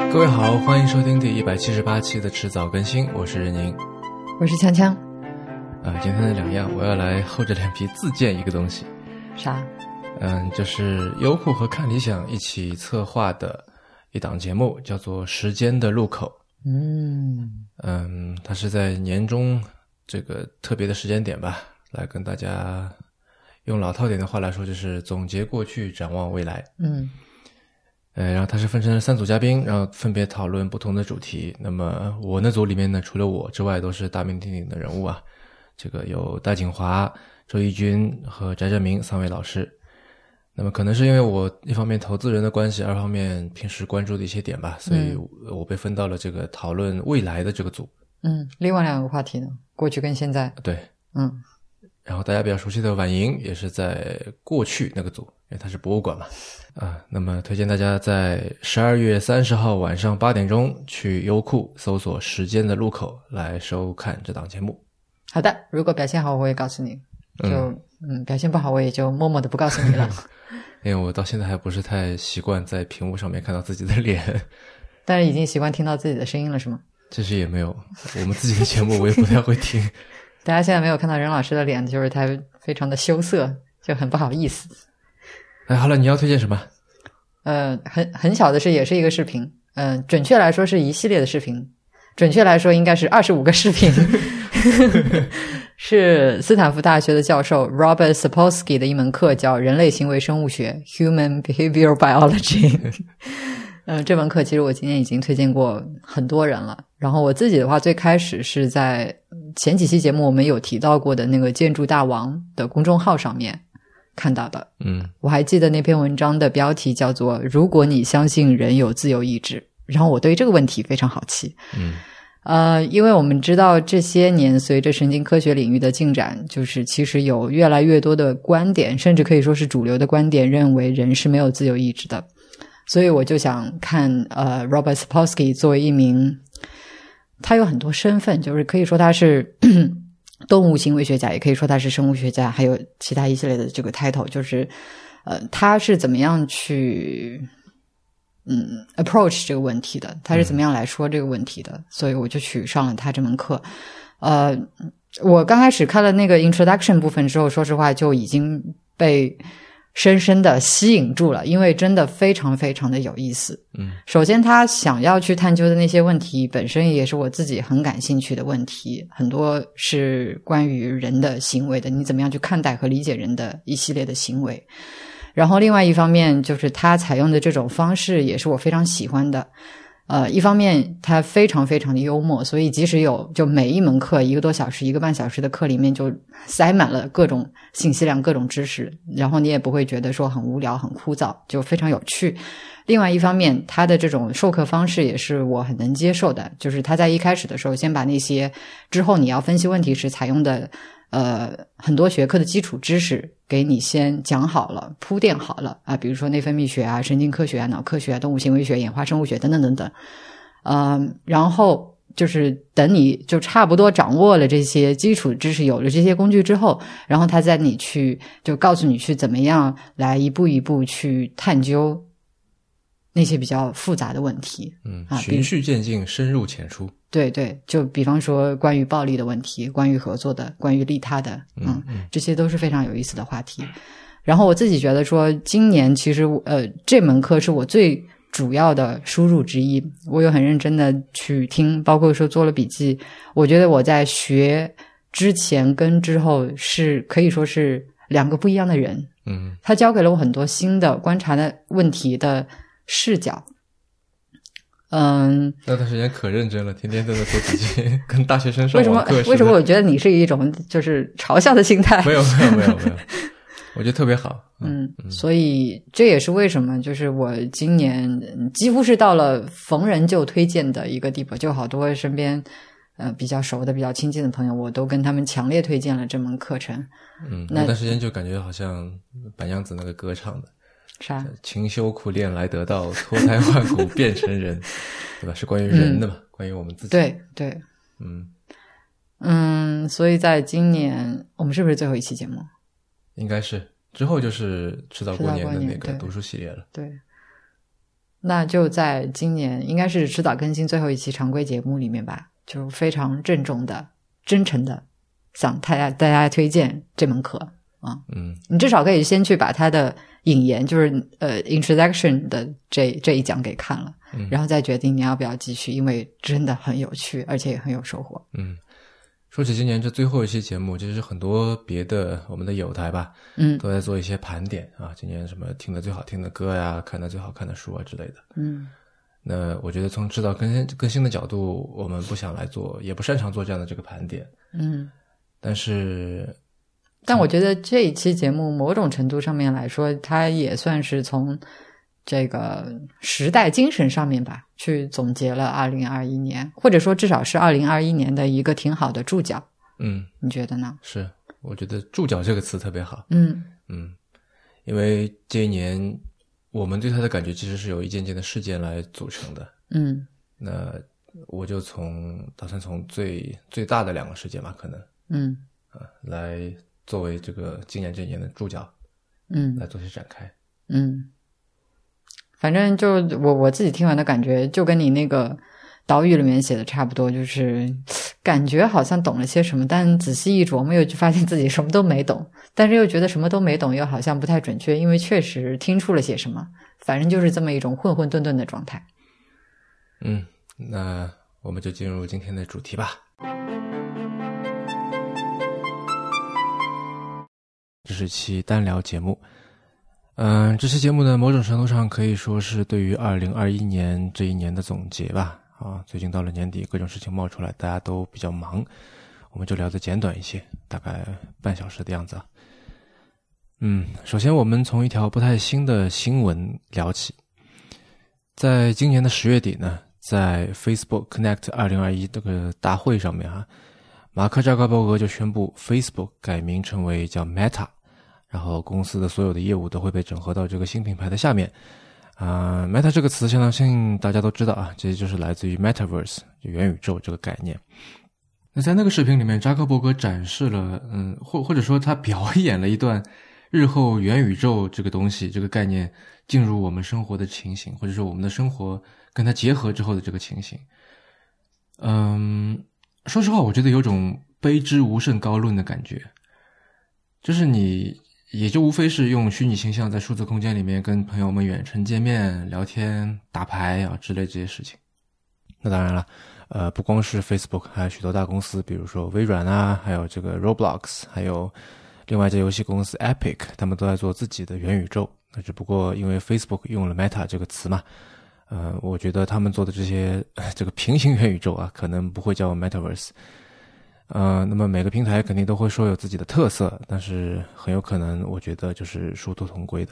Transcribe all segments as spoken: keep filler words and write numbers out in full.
各位好，欢迎收听第一百七十八期的迟早更新，我是任宁， 我是锵锵。 啊，今天的两样，我要来厚着脸皮自荐一个东西。 啥？ 嗯，就是优酷和看理想一起策划的一档节目，叫做《时间的路口》。 嗯嗯，它是在年终这个特别的时间点吧，来跟大家用老套点的话来说，就是总结过去，展望未来。 嗯。 呃，然后它是分成了三组嘉宾，然后分别讨论不同的主题。那么我那组里面呢，除了我之外，都是大名鼎鼎的人物啊。这个有戴锦华、周轶君和翟振明三位老师。那么可能是因为我一方面投资人的关系，二方面平时关注的一些点吧，所以我被分到了这个讨论未来的这个组。 嗯，另外两个话题呢，过去跟现在。 对， 嗯。 然后大家比较熟悉的婉莹也是在过去那个组，因为它是博物馆嘛。啊，那么推荐大家在十二月三十号晚上八点钟去优酷搜索《时间的路口》来收看这档节目。 好的，如果表现好我会告诉你，就 嗯, 嗯表现不好我也就默默的不告诉你了。 因为我到现在还不是太习惯在屏幕上面看到自己的脸， 但是已经习惯听到自己的声音了是吗？ 其实也没有，我们自己的节目我也不太会听。 大家现在没有看到任老师的脸，就是他非常的羞涩，就很不好意思。 哎，好了，你要推荐什么？ 呃，很很小的是也是一个视频，嗯、呃，准确来说是一系列的视频，准确来说应该是二十五个视频。是斯坦福大学的教授 Robert Sapolsky 的一门课，叫人类行为生物学 Human Behavioral Biology。 呃，这门课其实我今年已经推荐过很多人了，然后我自己的话最开始是在前几期节目我们有提到过的那个建筑大王的公众号上面看到的。 嗯， 我还记得那篇文章的标题叫做如果你相信人有自由意志，然后我对这个问题非常好奇。 嗯， 呃，因为我们知道这些年随着神经科学领域的进展，就是其实有越来越多的观点，甚至可以说是主流的观点，认为人是没有自由意志的。所以我就想看呃 Robert Sapolsky 作为一名，他有很多身份，就是可以说他是动物行为学家，也可以说他是生物学家，还有其他一系列的这个 title， 就是呃他是怎么样去嗯 approach 这个问题的，他是怎么样来说这个问题的，嗯、所以我就去上了他这门课。呃我刚开始看了那个 introduction 部分之后，说实话就已经被深深的吸引住了，因为真的非常非常的有意思。 嗯， 首先他想要去探究的那些问题本身也是我自己很感兴趣的问题，很多是关于人的行为的，你怎么样去看待和理解人的一系列的行为。然后另外一方面就是他采用的这种方式也是我非常喜欢的。呃，一方面他非常非常的幽默，所以即使有就每一门课一个多小时一个半小时的课里面就塞满了各种信息量各种知识，然后你也不会觉得说很无聊很枯燥，就非常有趣。另外一方面他的这种授课方式也是我很能接受的，就是他在一开始的时候先把那些之后你要分析问题时采用的呃很多学科的基础知识给你先讲好了铺垫好了啊，比如说内分泌学啊神经科学啊脑科学啊动物行为学演化生物学等等等等。呃然后就是等你就差不多掌握了这些基础知识，有了这些工具之后，然后他再你去就告诉你去怎么样来一步一步去探究那些比较复杂的问题。 嗯， 啊， 循序渐进深入浅出。 对对，就比方说关于暴力的问题，关于合作的，关于利他的，嗯， 嗯嗯这些都是非常有意思的话题。然后我自己觉得说今年其实呃这门课是我最主要的输入之一，我有很认真的去听，包括说做了笔记。我觉得我在学之前跟之后是可以说是两个不一样的人。 嗯， 他教给了我很多新的观察的问题的视角。嗯， 那段时间可认真了，天天在那做笔记，跟大学生上为什么网课似的。 为什么我觉得你是一种就是嘲笑的心态？ 没有没有没有没有，我觉得特别好。 嗯，嗯所以这也是为什么就是我今年几乎是到了逢人就推荐的一个地步，就好多身边呃比较熟的比较亲近的朋友，我都跟他们强烈推荐了这门课程。 嗯， 那段时间就感觉好像板样子那个歌唱的啥勤修苦练来得道，脱胎换骨变成人，对吧？是关于人的嘛、嗯、关于我们自己。 对对， 嗯嗯，所以在今年我们是不是最后一期节目？ 应该是，之后就是迟早过年的那个读书系列了。 对， 那就在今年应该是迟早更新最后一期常规节目里面吧，就非常郑重的真诚的向大家大家推荐这门课啊。 嗯， 你至少可以先去把它的引言，就是呃 introduction 的这这一讲给看了， 嗯， 然后再决定你要不要继续，因为真的很有趣，而且也很有收获。 嗯，说起今年这最后一期节目，其实很多别的我们的友台吧， 嗯， 都在做一些盘点啊，今年什么听的最好听的歌呀，看的最好看的书啊之类的。 嗯， 那我觉得从指导更新更新的角度，我们不想来做，也不擅长做这样的这个盘点。 嗯， 但是。 但我觉得这一期节目某种程度上面来说，它也算是从这个时代精神上面吧，去总结了二零二一年，或者说至少是二零二一年的一个挺好的注脚。 嗯， 你觉得呢？ 是，我觉得注脚这个词特别好。 嗯嗯，因为这一年我们对它的感觉其实是由一件件的事件来组成的。 嗯， 那我就从打算从最最大的两个事件吧，可能嗯啊来。作为这个今年这一年的注脚， 嗯， 来做些展开。 嗯，反正就我我自己听完的感觉，就跟你那个导语里面写的差不多，就是感觉好像懂了些什么，但仔细一琢磨，又就发现自己什么都没懂，但是又觉得什么都没懂，又好像不太准确，因为确实听出了些什么，反正就是这么一种混混沌沌的状态。 嗯，那我们就进入今天的主题吧。这是一期单聊节目，嗯、呃，这期节目呢，某种程度上可以说是对于二零二一年这一年的总结吧。啊，最近到了年底，各种事情冒出来，大家都比较忙，我们就聊得简短一些，大概半小时的样子啊。嗯，首先我们从一条不太新的新闻聊起，在今年的十月底呢，在 Facebook Connect 二零二一这个大会上面啊，马克扎克伯格就宣布 Facebook 改名成为叫 Meta。然后公司的所有的业务都会被整合到这个新品牌的下面啊、呃、Meta 这个词相信大家都知道啊，这就是来自于 Metaverse 就元宇宙这个概念。那在那个视频里面，扎克伯格展示了嗯或或者说他表演了一段日后元宇宙这个东西这个概念进入我们生活的情形，或者说我们的生活跟它结合之后的这个情形。嗯，说实话我觉得有种卑之无甚高论的感觉，就是你也就无非是用虚拟形象在数字空间里面跟朋友们远程见面、聊天、打牌啊之类这些事情。那当然了，呃，不光是 Facebook， 还有许多大公司，比如说微软啊，还有这个 Roblox， 还有另外一家游戏公司 Epic， 他们都在做自己的元宇宙。那只不过因为 Facebook 用了 Meta 这个词嘛，呃，我觉得他们做的这些这个平行元宇宙啊，可能不会叫 Metaverse。呃，那么每个平台肯定都会说有自己的特色，但是很有可能我觉得就是殊途同归的。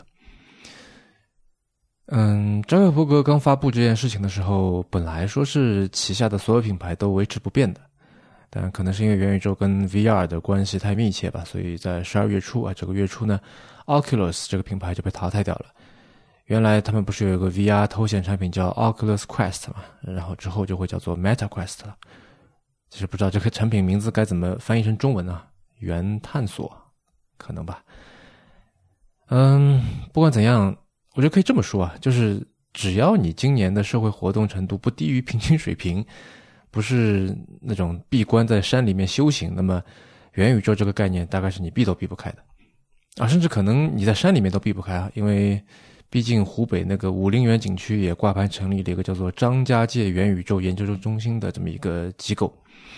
嗯，扎克伯格刚发布这件事情的时候，本来说是旗下的所有品牌都维持不变的，但可能是因为元宇宙跟 V R 的关系太密切吧，所以在十二月初啊，这个月初呢 Oculus 这个品牌就被淘汰掉了。原来他们不是有一个 V R 头显产品叫 Oculus Quest 嘛，然后之后就会叫做 Meta Quest 了。其实不知道这个产品名字该怎么翻译成中文啊，元探索可能吧。嗯，不管怎样，我觉得可以这么说啊，就是只要你今年的社会活动程度不低于平均水平，不是那种闭关在山里面修行，那么元宇宙这个概念大概是你避都避不开的啊，甚至可能你在山里面都避不开啊，因为毕竟湖北那个武陵源景区也挂牌成立了一个叫做张家界元宇宙研究中心的这么一个机构。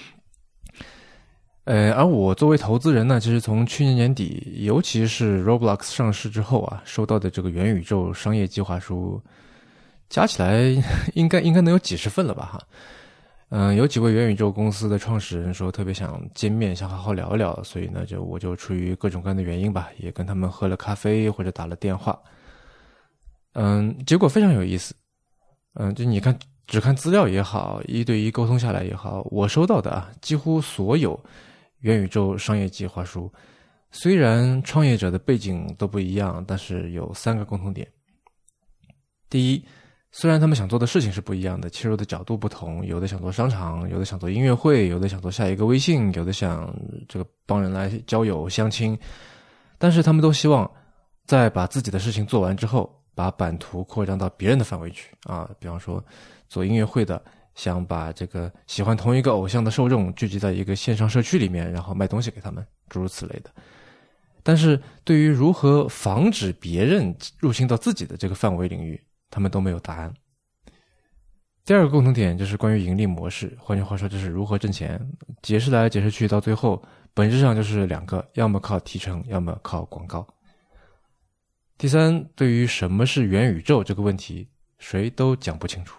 呃，而我作为投资人呢，其实从去年年底，尤其是 Roblox 上市之后啊，收到的这个元宇宙商业计划书，加起来应该应该能有几十份了吧哈。嗯、呃，有几位元宇宙公司的创始人说特别想见面，想好好聊一聊，所以呢，就我就出于各种各样的原因吧，也跟他们喝了咖啡或者打了电话。嗯，结果非常有意思。嗯，就你看，只看资料也好，一对一沟通下来也好，我收到的啊，几乎所有元宇宙商业计划书，虽然创业者的背景都不一样，但是有三个共同点。第一，虽然他们想做的事情是不一样的，切入的角度不同，有的想做商场，有的想做音乐会，有的想做下一个微信，有的想这个帮人来交友相亲，但是他们都希望在把自己的事情做完之后， 把版图扩张到别人的范围去啊，比方说做音乐会的想把这个喜欢同一个偶像的受众聚集在一个线上社区里面，然后卖东西给他们，诸如此类的。但是对于如何防止别人入侵到自己的这个范围领域，他们都没有答案。第二个共同点就是关于盈利模式，换句话说就是如何挣钱，解释来解释去到最后本质上就是两个，要么靠提成，要么靠广告。第三，对于什么是元宇宙这个问题，谁都讲不清楚。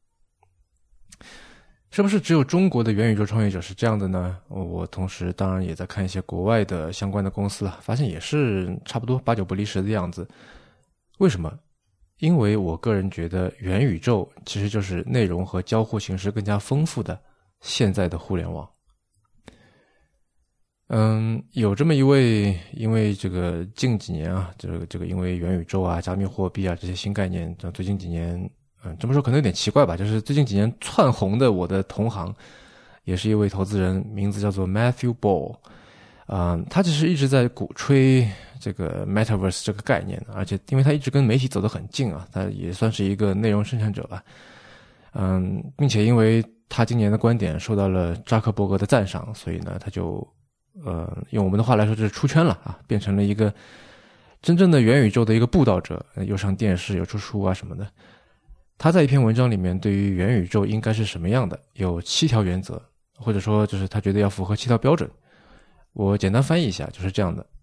是不是只有中国的元宇宙创业者是这样的呢？我同时当然也在看一些国外的相关的公司了，发现也是差不多八九不离十的样子。为什么？因为我个人觉得元宇宙其实就是内容和交互形式更加丰富的现在的互联网。嗯，有这么一位，因为这个近几年啊，这个这个因为元宇宙啊、加密货币啊这些新概念，最近几年，嗯，这么说可能有点奇怪吧，就是最近几年窜红的我的同行，也是一位投资人，名字叫做 Matthew Ball。嗯，他其实一直在鼓吹这个 Metaverse 这个概念，而且因为他一直跟媒体走得很近啊，他也算是一个内容生产者吧。嗯，并且因为他今年的观点受到了扎克伯格的赞赏，所以呢，他就呃用我们的话来说就是出圈了啊，变成了一个真正的元宇宙的一个布道者，又上电视，又出书啊什么的。他在一篇文章里面对于元宇宙应该是什么样的，有七条原则，或者说就是他觉得要符合七条标准。我简单翻译一下，就是这样的。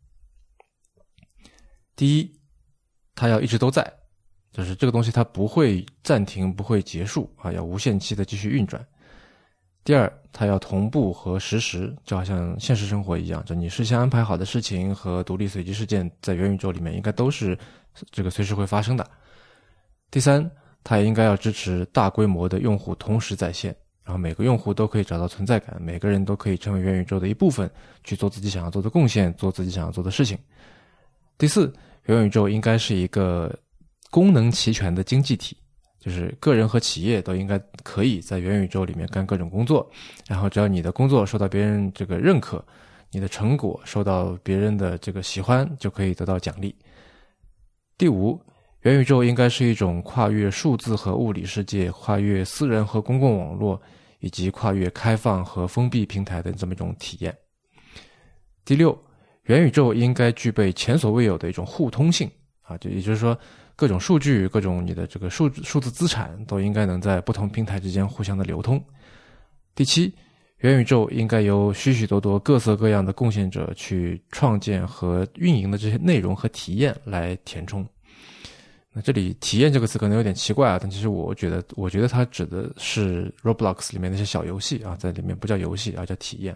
第一，它要一直都在，就是这个东西它不会暂停，不会结束啊，要无限期的继续运转。第二，它要同步和实时，就好像现实生活一样，就你事先安排好的事情和独立随机事件在元宇宙里面应该都是这个随时会发生的。第三，它也应该要支持大规模的用户同时在线，然后每个用户都可以找到存在感，每个人都可以成为元宇宙的一部分，去做自己想要做的贡献，做自己想要做的事情。第四，元宇宙应该是一个功能齐全的经济体，就是个人和企业都应该可以在元宇宙里面干各种工作，然后只要你的工作受到别人这个认可，你的成果受到别人的这个喜欢，就可以得到奖励。第五，元宇宙应该是一种跨越数字和物理世界，跨越私人和公共网络，以及跨越开放和封闭平台的这么一种体验。第六，元宇宙应该具备前所未有的一种互通性啊，就也就是说各种数据，各种你的这个数数字资产都应该能在不同平台之间互相的流通。第七，元宇宙应该由许许多多各色各样的贡献者去创建和运营的这些内容和体验来填充。那这里体验这个词可能有点奇怪啊，但其实我觉得我觉得它指的是 Roblox 里面那些小游戏啊，在里面不叫游戏啊，叫体验。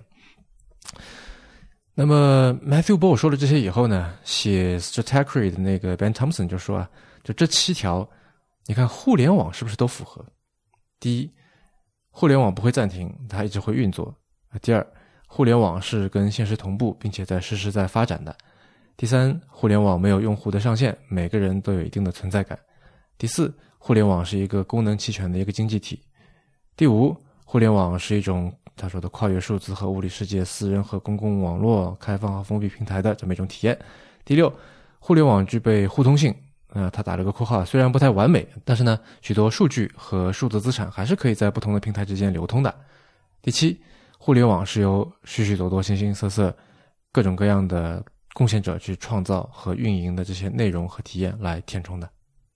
那么 Matthew Ball 说了这些以后呢，写 Stratechery 的那个 Ben Thompson 就说啊，就这七条你看互联网是不是都符合？第一，互联网不会暂停，它一直会运作。第二，互联网是跟现实同步并且在实时在发展的。第三，互联网没有用户的上限，每个人都有一定的存在感。第四，互联网是一个功能齐全的一个经济体。第五，互联网是一种他说的跨越数字和物理世界、私人和公共网络、开放和封闭平台的这么一种体验。第六，互联网具备互通性，呃，他打了个括号，虽然不太完美，但是呢，许多数据和数字资产还是可以在不同的平台之间流通的。第七，互联网是由许许多多形形色色、各种各样的贡献者去创造和运营的这些内容和体验来填充的。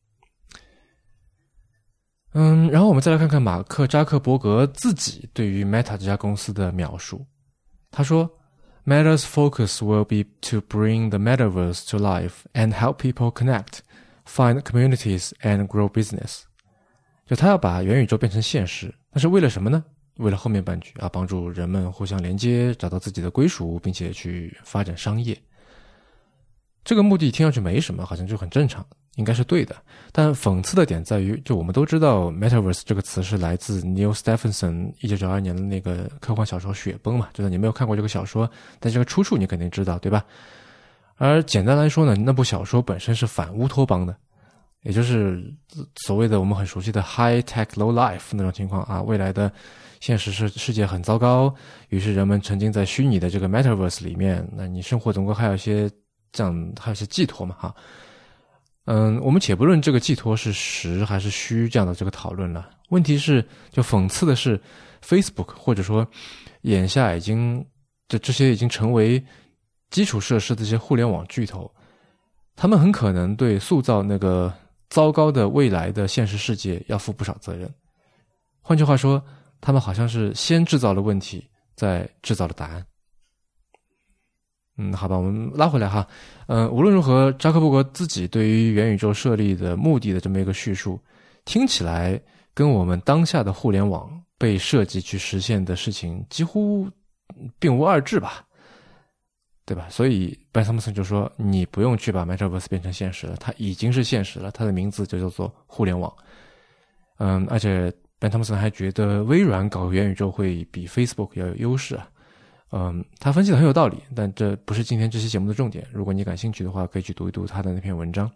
嗯，然后我们再来看看马克扎克伯格自己对于 Meta 这家公司的描述。他说 Meta's focus will be to bring the metaverse to life and help people connect, find communities and grow business. 就他要把元宇宙变成现实，但是为了什么呢？为了后面半句啊，帮助人们互相连接，找到自己的归属，并且去发展商业。这个目的听上去没什么，好像就很正常，应该是对的。但讽刺的点在于，就我们都知道 Metaverse 这个词是来自 Neil Stephenson 一九九二年的那个科幻小说《雪崩》嘛，就是你没有看过这个小说，但这个出处你肯定知道，对吧？而简单来说呢，那部小说本身是反乌托邦的，也就是所谓的我们很熟悉的 High Tech Low Life 那种情况啊，未来的现实世世界很糟糕，于是人们沉浸在虚拟的这个 Metaverse 里面，那你生活总归还有一些这样还有一些寄托嘛哈。 嗯，我们且不论这个寄托是实还是虚这样的这个讨论了，问题是就讽刺的是 Facebook 或者说眼下已经这这些已经成为基础设施的这些互联网巨头，他们很可能对塑造那个糟糕的未来的现实世界要负不少责任。换句话说，他们好像是先制造了问题，再制造了答案。嗯，好吧，我们拉回来哈。嗯，无论如何，扎克伯格自己对于元宇宙设立的目的的这么一个叙述，听起来跟我们当下的互联网被设计去实现的事情几乎并无二致吧，对吧？所以 Ben Thompson 就说，你不用去把 Metaverse 变成现实了，它已经是现实了，它的名字就叫做互联网。嗯，而且 Ben Thompson 还觉得微软搞元宇宙会比 Facebook 要有优势啊。嗯，他分析的很有道理，但这不是今天这期节目的重点。如果你感兴趣的话，可以去读一读他的那篇文章。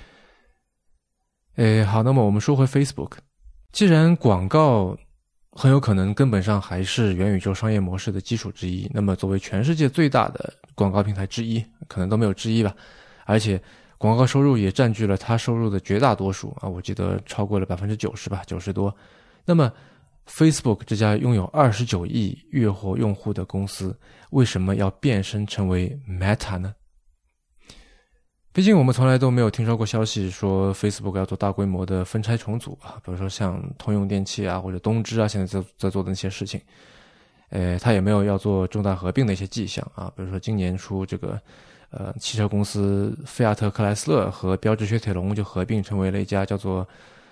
诶，好，那么我们说回 Facebook。既然广告很有可能根本上还是元宇宙商业模式的基础之一，那么作为全世界最大的广告平台之一，可能都没有之一吧，而且广告收入也占据了它收入的绝大多数啊，我记得超过了 百分之九十 吧，九十多。那么Facebook 这家拥有二十九亿月活用户的公司，为什么要变身成为 Meta 呢？毕竟我们从来都没有听说过消息说 Facebook 要做大规模的分拆重组啊，比如说像通用电气啊或者东芝啊现在在在做的那些事情，呃，它也没有要做重大合并的一些迹象啊，比如说今年初这个呃汽车公司菲亚特克莱斯勒和标致雪铁龙就合并成为了一家叫做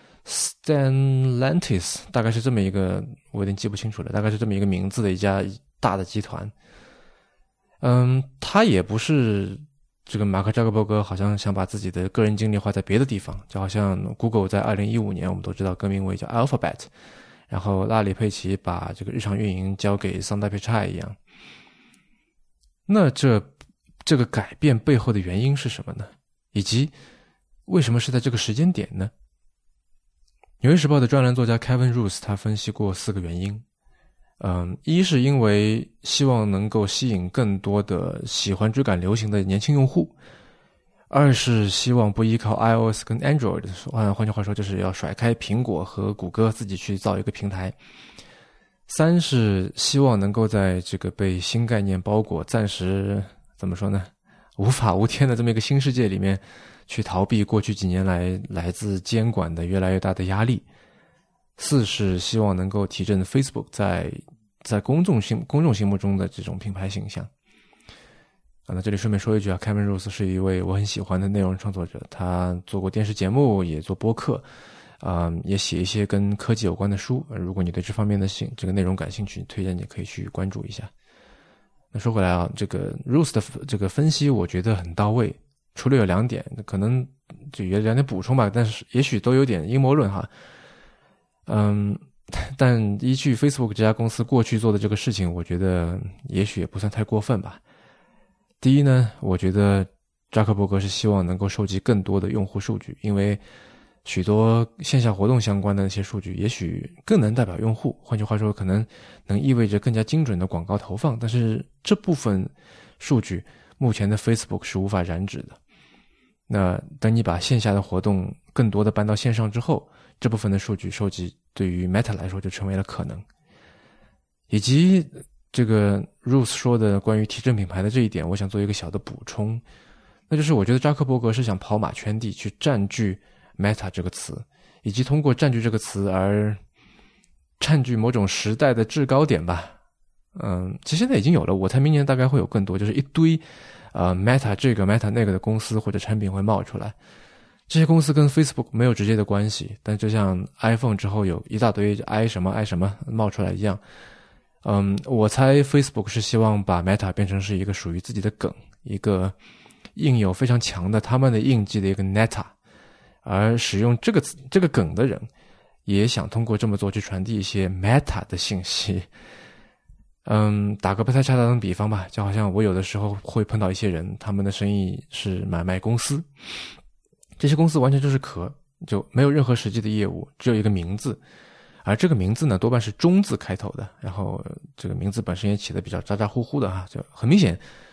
Stellantis， 大概是这么一个，我有点记不清楚了，大概是这么一个名字的一家大的集团。嗯，他也不是这个马克扎克伯格好像想把自己的个人精力花在别的地方，就好像 Google 在二零一五年我们都知道更名为叫 Alphabet， 然后拉里佩奇把这个日常运营交给桑代佩查一样。那这这个改变背后的原因是什么呢？以及为什么是在这个时间点呢？纽约时报的专栏作家 Kevin Roose 他分析过四个原因。嗯，一是因为希望能够吸引更多的喜欢追赶流行的年轻用户，二是希望不依靠 iOS 跟 Android， 换换句话说就是要甩开苹果和谷歌自己去造一个平台，三是希望能够在这个被新概念包裹暂时怎么说呢无法无天的这么一个新世界里面去逃避过去几年来来自监管的越来越大的压力。四是希望能够提振 Facebook 在在公众心公众心目中的这种品牌形象。啊，那这里顺便说一句啊 ，Kevin Roose 是一位我很喜欢的内容创作者，他做过电视节目，也做播客，啊、呃，也写一些跟科技有关的书。如果你对这方面的兴这个内容感兴趣，推荐你可以去关注一下。那说回来啊，这个 Roose 的这个分析我觉得很到位，除了有两点，可能就有两点补充吧，但是也许都有点阴谋论哈。嗯，但依据 Facebook 这家公司过去做的这个事情，我觉得也许也不算太过分吧。第一呢，我觉得扎克伯格是希望能够收集更多的用户数据，因为许多线下活动相关的那些数据也许更能代表用户，换句话说可能能意味着更加精准的广告投放，但是这部分数据目前的 Facebook 是无法染指的。那等你把线下的活动更多的搬到线上之后，这部分的数据收集对于 Meta 来说就成为了可能。以及这个 Roose 说的关于提振品牌的这一点，我想做一个小的补充，那就是我觉得扎克伯格是想跑马圈地去占据 Meta 这个词，以及通过占据这个词而占据某种时代的制高点吧。嗯，其实现在已经有了，我猜明年大概会有更多，就是一堆呃 Meta 这个 Meta 那个的公司或者产品会冒出来。这些公司跟 Facebook 没有直接的关系，但就像 iPhone 之后有一大堆 i 什么 i 什么冒出来一样。嗯，我猜 Facebook 是希望把 Meta 变成是一个属于自己的梗，一个印有非常强的他们的印记的一个 Neta， 而使用这个这个梗的人也想通过这么做去传递一些 Meta 的信息。嗯，打个不太恰当的比方吧，就好像我有的时候会碰到一些人，他们的生意是买卖公司，这些公司完全就是壳，就没有任何实际的业务，只有一个名字，而这个名字呢多半是中字开头的，然后这个名字本身也起得比较咋咋呼呼的哈，就很明显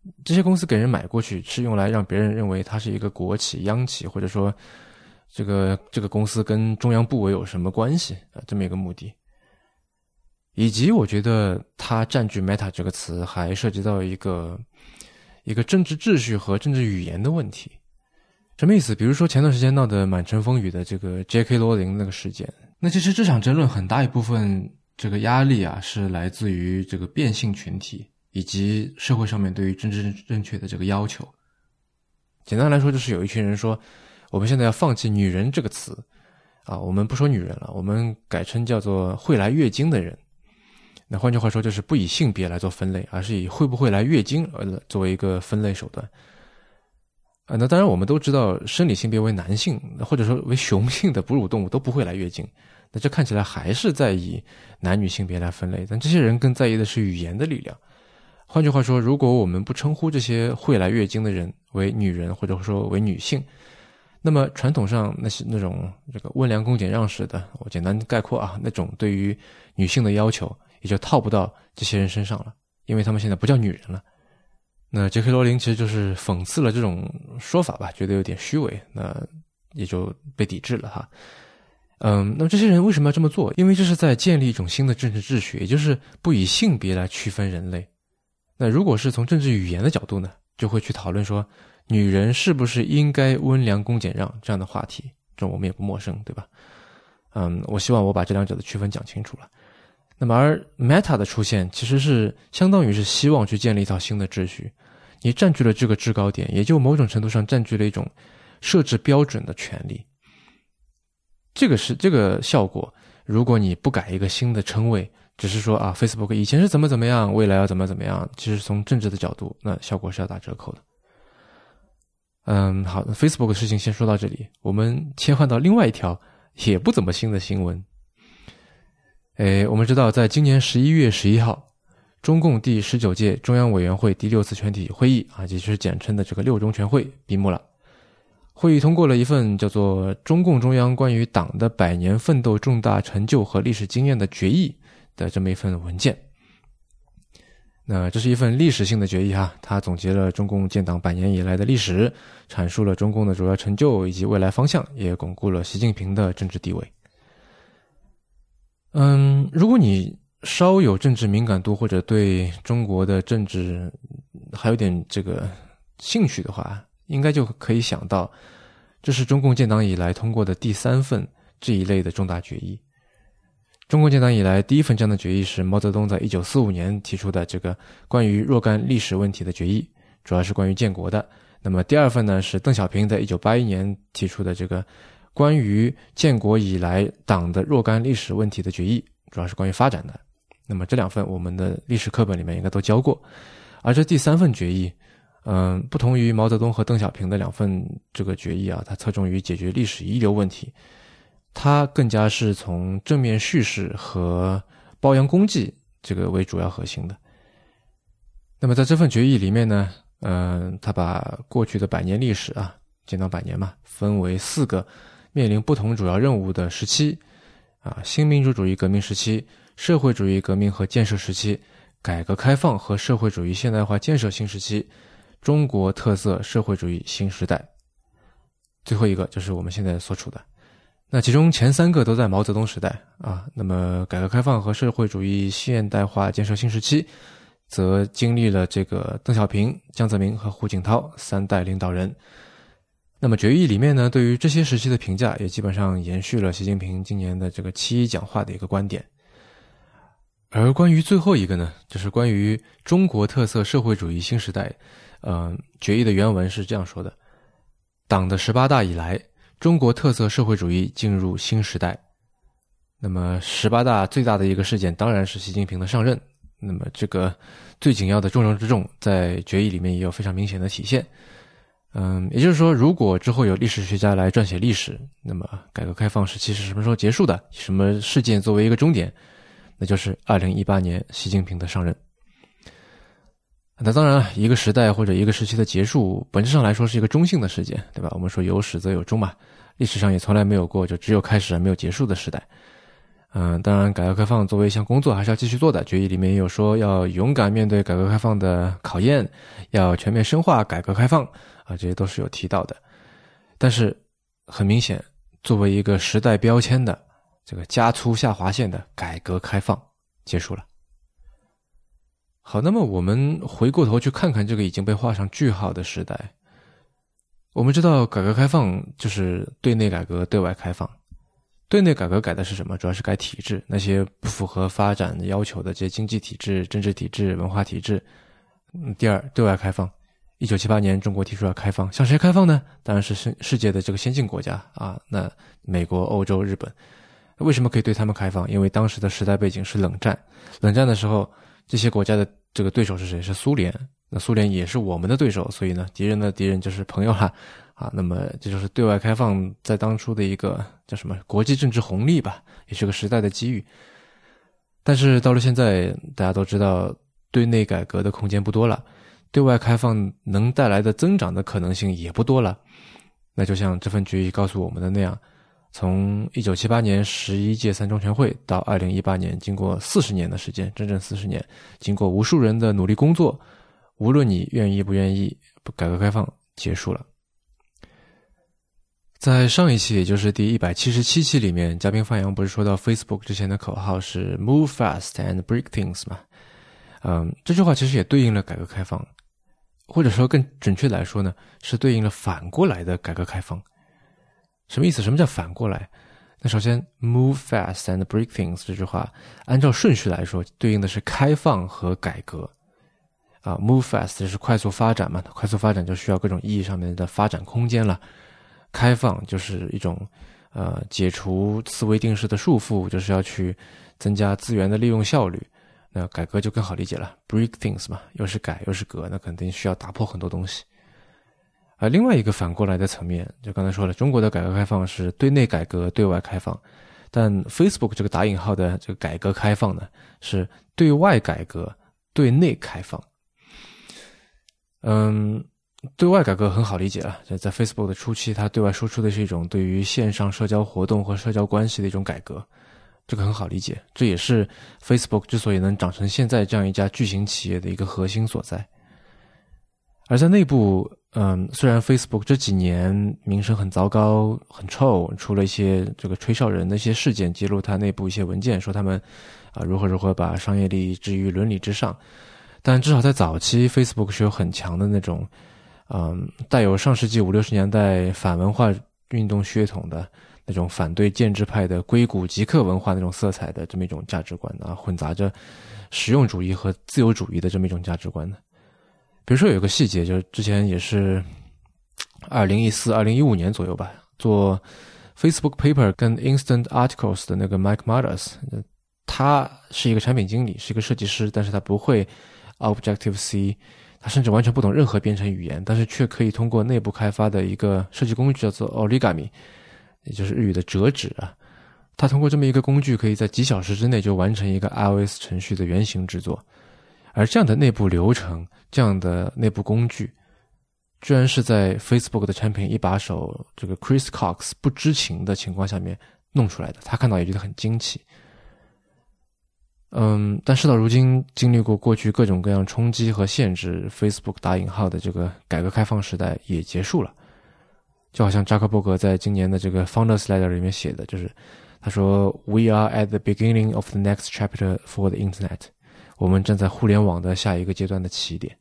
这些公司给人买过去是用来让别人认为它是一个国企、央企，或者说这个这个公司跟中央部委有什么关系啊，这么一个目的。以及我觉得它占据 Meta 这个词还涉及到一个一个政治秩序和政治语言的问题。什么意思？比如说前段时间闹得满城风雨的这个 J K 罗琳那个事件，那其实这场争论很大一部分这个压力啊是来自于这个变性群体以及社会上面对于政治正确的这个要求。简单来说，就是有一群人说我们现在要放弃女人这个词啊，我们不说女人了，我们改称叫做会来月经的人。那换句话说，就是不以性别来做分类，而是以会不会来月经而作为一个分类手段。啊，那当然我们都知道生理性别为男性或者说为雄性的哺乳动物都不会来月经，那这看起来还是在以男女性别来分类，但这些人更在意的是语言的力量。换句话说，如果我们不称呼这些会来月经的人为女人或者说为女性，那么传统上那是那种这个温良恭俭让式的，我简单概括啊，那种对于女性的要求也就套不到这些人身上了，因为他们现在不叫女人了。那 J K 罗琳其实就是讽刺了这种说法吧，觉得有点虚伪，那也就被抵制了哈。嗯，那么这些人为什么要这么做？因为这是在建立一种新的政治秩序，也就是不以性别来区分人类。那如果是从政治语言的角度呢，就会去讨论说女人是不是应该温良恭俭让这样的话题，这我们也不陌生，对吧？嗯，我希望我把这两者的区分讲清楚了。那么而 Meta 的出现其实是相当于是希望去建立一套新的秩序，你占据了这个制高点，也就某种程度上占据了一种设置标准的权利。这个是这个效果，如果你不改一个新的称谓，只是说啊 Facebook 以前是怎么怎么样，未来要怎么怎么样，其实从政治的角度，那效果是要打折扣的。嗯，好 ，Facebook 的事情先说到这里，我们切换到另外一条也不怎么新的新闻。诶，我们知道在今年十一月十一号，中共第十九届中央委员会第六次全体会议啊，也就是简称的这个六中全会闭幕了。会议通过了一份叫做《中共中央关于党的百年奋斗重大成就和历史经验的决议》的这么一份文件。那这是一份历史性的决议哈，它总结了中共建党百年以来的历史，阐述了中共的主要成就以及未来方向，也巩固了习近平的政治地位。嗯，如果你稍有政治敏感度或者对中国的政治还有点这个兴趣的话，应该就可以想到，这是中共建党以来通过的第三份这一类的重大决议。中共建党以来第一份这样的决议是毛泽东在一九四五年提出的这个关于若干历史问题的决议，主要是关于建国的。那么第二份呢是邓小平在一九八一年提出的这个关于建国以来党的若干历史问题的决议，主要是关于发展的。那么这两份我们的历史课本里面应该都教过。而这第三份决议嗯，不同于毛泽东和邓小平的两份这个决议啊，它侧重于解决历史遗留问题，它更加是从正面叙事和褒扬功绩这个为主要核心的。那么在这份决议里面呢，嗯，他把过去的百年历史啊，建党百年嘛，分为四个面临不同主要任务的时期啊，新民主主义革命时期、社会主义革命和建设时期、改革开放和社会主义现代化建设新时期、中国特色社会主义新时代。最后一个就是我们现在所处的。那其中前三个都在毛泽东时代啊，那么改革开放和社会主义现代化建设新时期则经历了这个邓小平、江泽民和胡锦涛三代领导人。那么决议里面呢，对于这些时期的评价也基本上延续了习近平今年的这个七一讲话的一个观点。而关于最后一个呢，就是关于中国特色社会主义新时代，呃，决议的原文是这样说的：党的十八大以来，中国特色社会主义进入新时代。那么十八大最大的一个事件当然是习近平的上任，那么这个最紧要的重中之重在决议里面也有非常明显的体现。嗯，也就是说，如果之后有历史学家来撰写历史，那么改革开放时期是什么时候结束的，以什么事件作为一个终点，那就是二零一八年习近平的上任。那当然，一个时代或者一个时期的结束，本质上来说是一个中性的事件，对吧？我们说有始则有终嘛，历史上也从来没有过就只有开始而没有结束的时代。 嗯、呃，当然改革开放作为一项工作还是要继续做的，决议里面也有说要勇敢面对改革开放的考验，要全面深化改革开放啊，这些都是有提到的。但是很明显，作为一个时代标签的这个加粗下划线的改革开放结束了。好，那么我们回过头去看看这个已经被画上句号的时代。我们知道改革开放就是对内改革对外开放，对内改革改的是什么？主要是改体制，那些不符合发展要求的这些经济体制、政治体制、文化体制。嗯，第二，对外开放。一九七八年中国提出要开放，向谁开放呢？当然是世世界的这个先进国家啊，那美国、欧洲、日本。为什么可以对他们开放？因为当时的时代背景是冷战，冷战的时候这些国家的这个对手是谁？是苏联。那苏联也是我们的对手，所以呢，敌人的敌人就是朋友啦啊。那么这就是对外开放在当初的一个叫什么国际政治红利吧，也是个时代的机遇。但是到了现在，大家都知道对内改革的空间不多了，对外开放能带来的增长的可能性也不多了。那就像这份决议告诉我们的那样，从一九七八年十一届三中全会到二零一八年，经过四十年的时间，整整四十年，经过无数人的努力工作，无论你愿意不愿意，改革开放结束了。在上一期，也就是第一百七十七期里面，嘉宾范阳不是说到 Facebook 之前的口号是 Move fast and break things 吗？嗯，这句话其实也对应了改革开放，或者说更准确来说呢，是对应了反过来的改革开放。什么意思？什么叫反过来？那首先 Move fast and break things 这句话按照顺序来说，对应的是开放和改革。啊 ，move fast 是快速发展嘛，快速发展就需要各种意义上面的发展空间了。开放就是一种呃解除思维定式的束缚，就是要去增加资源的利用效率。那改革就更好理解了 ，break things 嘛，又是改又是革，那肯定需要打破很多东西。而另外一个反过来的层面，就刚才说了，中国的改革开放是对内改革对外开放，但 Facebook 这个打引号的这个改革开放呢，是对外改革对内开放。嗯，对外改革很好理解了，在 Facebook 的初期，它对外输出的是一种对于线上社交活动和社交关系的一种改革，这个很好理解，这也是 Facebook 之所以能长成现在这样一家巨型企业的一个核心所在。而在内部，嗯，虽然 Facebook 这几年名声很糟糕、很臭，出了一些这个吹哨人的一些事件，揭露它内部一些文件，说他们啊如何如何把商业利益置于伦理之上。但至少在早期 Facebook 是有很强的那种嗯，带有上世纪五六十年代反文化运动血统的那种反对建制派的硅谷极客文化那种色彩的这么一种价值观啊，混杂着实用主义和自由主义的这么一种价值观的。比如说有一个细节，就是之前也是二零一四、二零一五年左右吧，做 Facebook Paper 跟 Instant Articles 的那个 Mike Mardas， 他是一个产品经理，是一个设计师，但是他不会Objective-C， 他甚至完全不懂任何编程语言，但是却可以通过内部开发的一个设计工具叫做 Origami， 也就是日语的折纸啊。他通过这么一个工具，可以在几小时之内就完成一个 iOS 程序的原型制作。而这样的内部流程，这样的内部工具，居然是在 Facebook 的产品一把手这个 Chris Cox 不知情的情况下面弄出来的，他看到也觉得很惊奇。嗯，但事到如今，经历过过去各种各样冲击和限制 ，Facebook 打引号的这个改革开放时代也结束了。就好像扎克伯格在今年的这个 Founders Letter 里面写的，就是他说 "We are at the beginning of the next chapter for the Internet"， 我们站在互联网的下一个阶段的起点。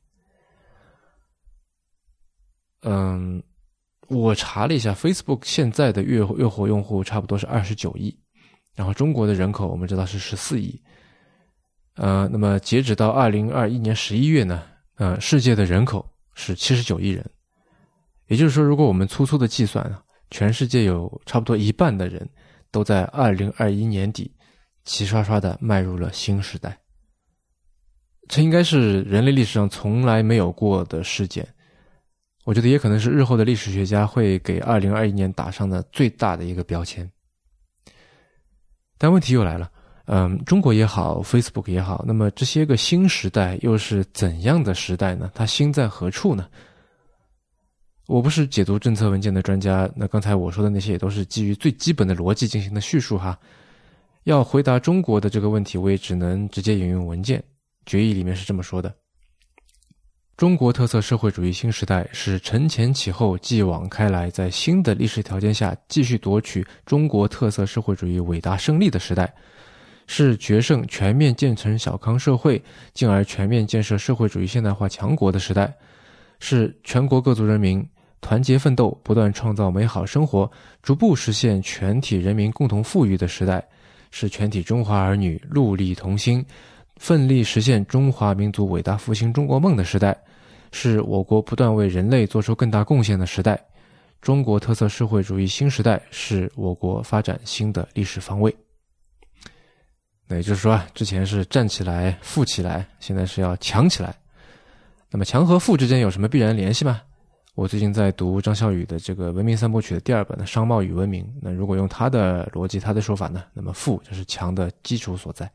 嗯，我查了一下 ，Facebook 现在的月月活用户差不多是二十九亿，然后中国的人口我们知道是十四亿。呃，那么截止到二零二一年十一月呢，呃，世界的人口是七十九亿人，也就是说，如果我们粗粗的计算啊，全世界有差不多一半的人都在二零二一年底齐刷刷的迈入了新时代，这应该是人类历史上从来没有过的事件。我觉得也可能是日后的历史学家会给二零二一年打上的最大的一个标签。但问题又来了。嗯，中国也好 ，Facebook 也好，那么这些个新时代又是怎样的时代呢？它新在何处呢？我不是解读政策文件的专家，那刚才我说的那些也都是基于最基本的逻辑进行的叙述哈。 要回答中国的这个问题，我也只能直接引用文件，决议里面是这么说的：中国特色社会主义新时代是承前启后、继往开来，在新的历史条件下继续夺取中国特色社会主义伟大胜利的时代，是决胜全面建成小康社会，进而全面建设社会主义现代化强国的时代，是全国各族人民团结奋斗，不断创造美好生活，逐步实现全体人民共同富裕的时代，是全体中华儿女戮力同心，奋力实现中华民族伟大复兴中国梦的时代，是我国不断为人类做出更大贡献的时代。中国特色社会主义新时代是我国发展新的历史方位。那也就是说啊，之前是站起来富起来，现在是要强起来。那么强和富之间有什么必然联系吗？我最近在读张孝宇的这个文明三部曲的第二本的商贸与文明，那如果用他的逻辑他的说法呢，那么富就是强的基础所在。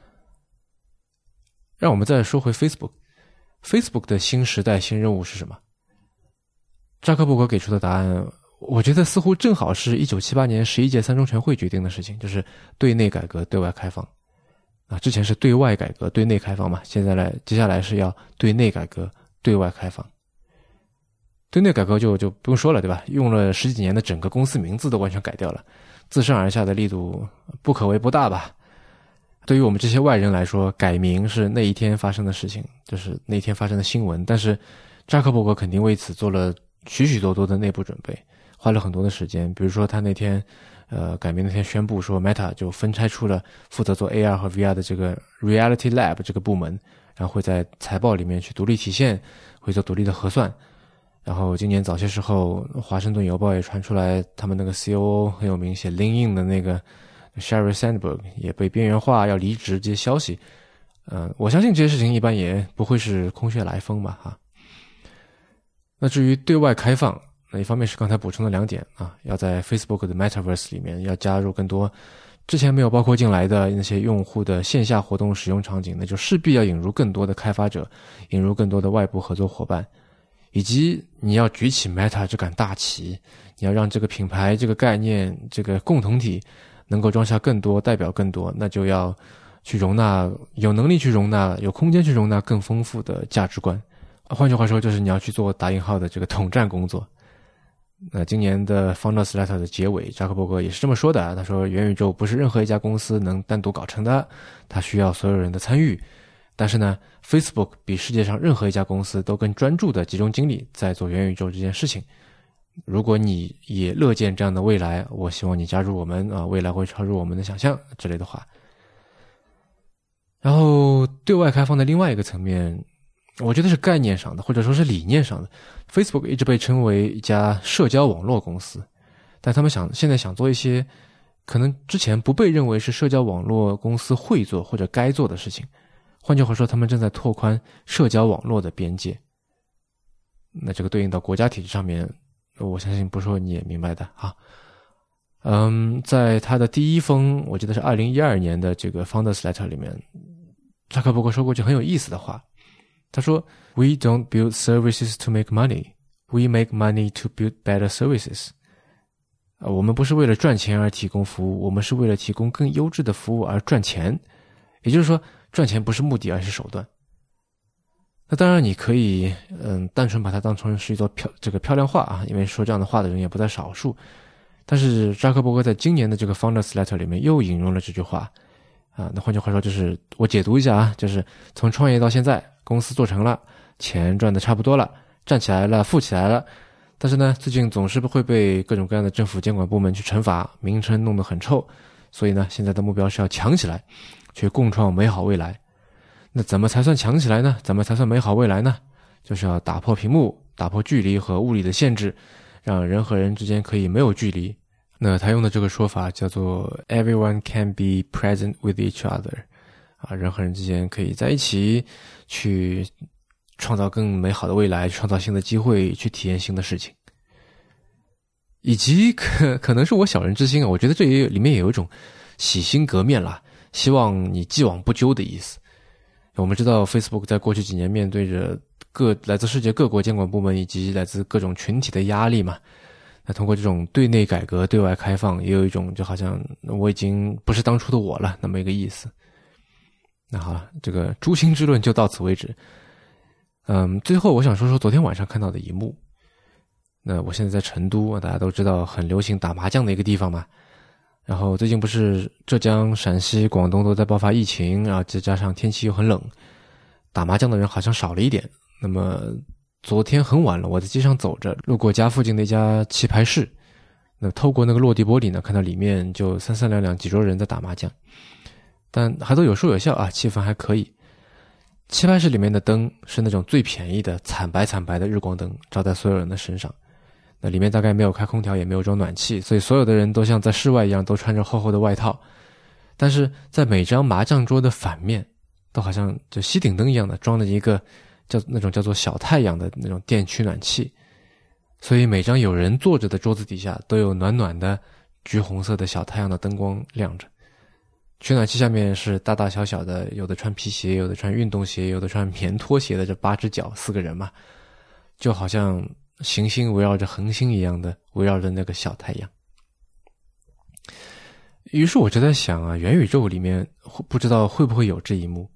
让我们再说回 Facebook， Facebook 的新时代新任务是什么？扎克伯格给出的答案，我觉得似乎正好是一九七八年十一届三中全会决定的事情，就是对内改革对外开放啊，之前是对外改革对内开放嘛，现在来接下来是要对内改革对外开放。对内改革就就不用说了，对吧？用了十几年的整个公司名字都完全改掉了，自上而下的力度不可谓不大吧。对于我们这些外人来说，改名是那一天发生的事情，就是那一天发生的新闻，但是扎克伯格肯定为此做了许许多多的内部准备，花了很多的时间。比如说他那天呃改名那天宣布说 Meta 就分拆出了负责做 A R 和 V R 的这个 Reality Lab 这个部门，然后会在财报里面去独立体现，会做独立的核算。然后今年早些时候华盛顿邮报也传出来他们那个 C O O 很有名写 Lean In 的那个 Sheryl Sandberg 也被边缘化要离职这些消息。嗯、呃，我相信这些事情一般也不会是空穴来风吧哈。那至于对外开放，那一方面是刚才补充的两点啊，要在 Facebook 的 Metaverse 里面要加入更多之前没有包括进来的那些用户的线下活动使用场景，那就势必要引入更多的开发者，引入更多的外部合作伙伴，以及你要举起 Meta 这杆大旗，你要让这个品牌这个概念这个共同体能够装下更多代表更多，那就要去容纳有能力去容纳有空间去容纳更丰富的价值观。换句话说，就是你要去做打引号的这个统战工作。那今年的 Founders Letter 的结尾，扎克伯格也是这么说的，他说元宇宙不是任何一家公司能单独搞成的，它需要所有人的参与。但是呢 Facebook 比世界上任何一家公司都更专注的集中精力在做元宇宙这件事情。如果你也乐见这样的未来，我希望你加入我们啊，未来会超入我们的想象之类的话。然后对外开放的另外一个层面，我觉得是概念上的，或者说是理念上的。 Facebook 一直被称为一家社交网络公司，但他们想现在想做一些可能之前不被认为是社交网络公司会做或者该做的事情。换句话说，他们正在拓宽社交网络的边界。那这个对应到国家体制上面，我相信不说你也明白的啊。嗯，在他的第一封我记得是二零一二年的这个 Founders Letter 里面，扎克伯格说过句很有意思的话，他说 We don't build services to make money, we make money to build better services。 我们不是为了赚钱而提供服务，我们是为了提供更优质的服务而赚钱。也就是说，赚钱不是目的而是手段。那当然你可以嗯，单纯把它当成是一座漂这个漂亮话啊，因为说这样的话的人也不在少数。但是扎克伯格在今年的这个 Founders Letter 里面又引用了这句话啊，那换句话说就是我解读一下啊，就是从创业到现在，公司做成了，钱赚得差不多了，站起来了，富起来了，但是呢最近总是会被各种各样的政府监管部门去惩罚，名称弄得很臭，所以呢现在的目标是要强起来，去共创美好未来。那怎么才算强起来呢？怎么才算美好未来呢？就是要打破屏幕，打破距离和物理的限制，让人和人之间可以没有距离。那他用的这个说法叫做 Everyone can be present with each other， 啊，人和人之间可以在一起去创造更美好的未来，创造新的机会，去体验新的事情。以及可可能是我小人之心啊，我觉得这也有里面也有一种洗心革面啦，希望你既往不咎的意思。我们知道 Facebook 在过去几年面对着各来自世界各国监管部门以及来自各种群体的压力嘛， 那通过这种对内改革对外开放，也有一种就好像我已经不是当初的我了那么一个意思。那好了，这个诛心之论就到此为止。嗯，最后我想说说昨天晚上看到的一幕。那我现在在成都，大家都知道很流行打麻将的一个地方嘛。然后最近不是浙江、陕西、广东都在爆发疫情，然后再加上天气又很冷，打麻将的人好像少了一点。那么昨天很晚了，我在街上走着，路过家附近的一家棋牌室，那透过那个落地玻璃呢，看到里面就三三两两几桌人在打麻将，但还都有说有笑啊，气氛还可以。棋牌室里面的灯是那种最便宜的惨白惨白的日光灯，照在所有人的身上。那里面大概没有开空调，也没有装暖气，所以所有的人都像在室外一样，都穿着厚厚的外套。但是在每张麻将桌的反面，都好像就吸顶灯一样的装了一个叫那种叫做小太阳的那种电驱暖器，所以每张有人坐着的桌子底下都有暖暖的橘红色的小太阳的灯光亮着。取暖器下面是大大小小的，有的穿皮鞋，有的穿运动鞋，有的穿棉拖鞋的这八只脚，四个人嘛，就好像行星围绕着恒星一样的围绕着那个小太阳。于是我就在想啊，元宇宙里面不知道会不会有这一幕。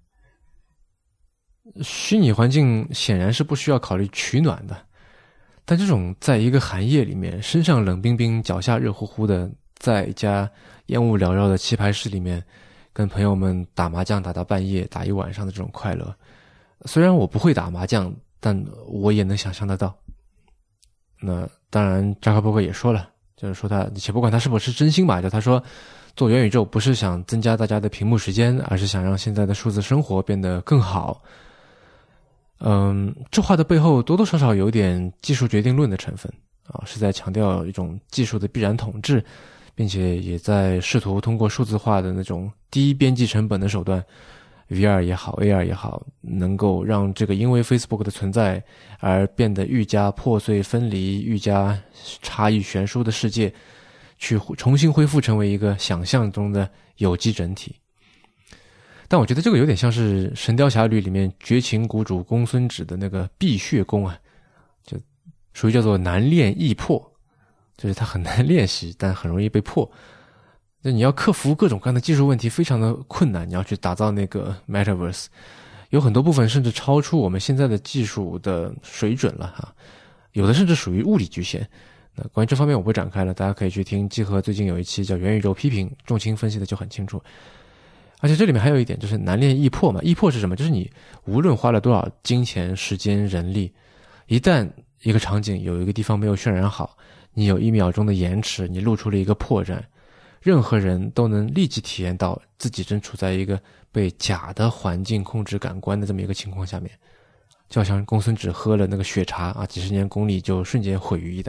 虚拟环境显然是不需要考虑取暖的，但这种在一个寒夜里面身上冷冰冰脚下热乎乎的，在一家烟雾缭绕的棋牌室里面跟朋友们打麻将打到半夜打一晚上的这种快乐，虽然我不会打麻将，但我也能想象得到。那当然扎克伯格也说了，就是说他且不管他是不是真心吧，就他说做元宇宙不是想增加大家的屏幕时间，而是想让现在的数字生活变得更好。嗯，这话的背后多多少少有点技术决定论的成分啊，是在强调一种技术的必然统治，并且也在试图通过数字化的那种低边际成本的手段 V R 也好 A R 也好，能够让这个因为 Facebook 的存在而变得愈加破碎分离、愈加差异悬殊的世界去重新恢复成为一个想象中的有机整体。但我觉得这个有点像是《神雕侠侣》里面绝情谷主公孙止的那个碧血功啊，就属于叫做难练易破，就是它很难练习，但很容易被破。那你要克服各种各样的技术问题，非常的困难。你要去打造那个 Metaverse， 有很多部分甚至超出我们现在的技术的水准了哈，有的甚至属于物理局限。那关于这方面我不展开了，大家可以去听集合最近有一期叫元宇宙批评，重青分析的就很清楚。而且这里面还有一点就是难练易破嘛，易破是什么？就是你无论花了多少金钱、时间、人力，一旦一个场景有一个地方没有渲染好，你有一秒钟的延迟，你露出了一个破绽，任何人都能立即体验到自己正处在一个被假的环境控制感官的这么一个情况下面，就好像公孙止喝了那个血茶啊，几十年功力就瞬间毁于一旦。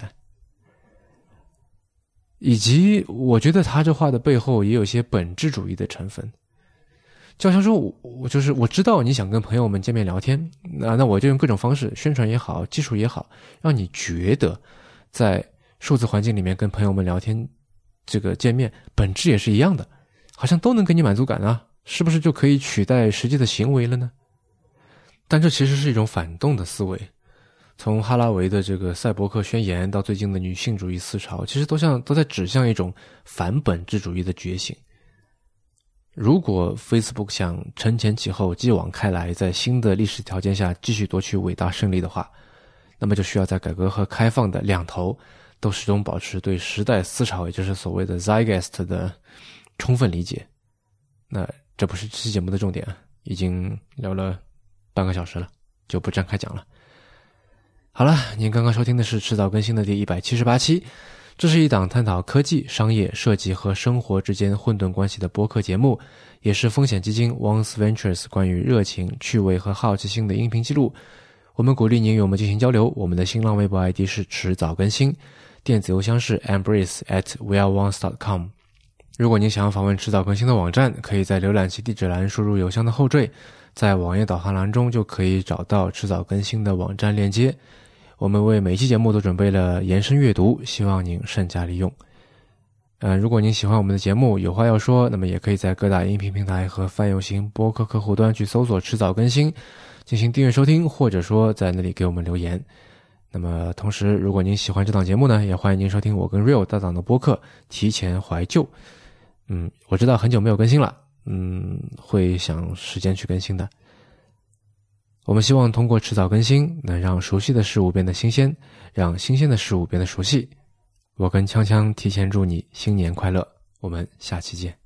以及我觉得他这话的背后也有些本质主义的成分，就好像说我我就是我知道你想跟朋友们见面聊天，那那我就用各种方式宣传也好，技术也好，让你觉得在数字环境里面跟朋友们聊天这个见面本质也是一样的，好像都能给你满足感啊，是不是就可以取代实际的行为了呢？但这其实是一种反动的思维，从哈拉维的这个赛博克宣言到最近的女性主义思潮，其实都像都在指向一种反本质主义的觉醒。如果 Facebook 想承前启后继往开来，在新的历史条件下继续夺取伟大胜利的话，那么就需要在改革和开放的两头都始终保持对时代思潮，也就是所谓的 Zeitgeist 的充分理解。那这不是这期节目的重点，已经聊了半个小时了，就不展开讲了。好了，您刚刚收听的是迟早更新的第一百七十八期，这是一档探讨科技、商业、设计和生活之间混沌关系的播客节目，也是风险基金 Once Ventures 关于热情、趣味和好奇心的音频记录。我们鼓励您与我们进行交流，我们的新浪微博 I D 是迟早更新，电子邮箱是 embrace at weareonce dot com。 如果您想要访问迟早更新的网站，可以在浏览器地址栏输入邮箱的后缀，在网页导航栏中就可以找到迟早更新的网站链接。我们为每期节目都准备了延伸阅读，希望您善加利用。呃，如果您喜欢我们的节目，有话要说，那么也可以在各大音频平台和泛用型播客客户端去搜索迟早更新，进行订阅收听，或者说在那里给我们留言。 那么同时如果您喜欢这档节目呢，也欢迎您收听我跟 Real 搭档的播客提前怀旧。嗯，我知道很久没有更新了，嗯，会想时间去更新的。我们希望通过迟早更新，能让熟悉的事物变得新鲜，让新鲜的事物变得熟悉。我跟锵锵提前祝你新年快乐，我们下期见。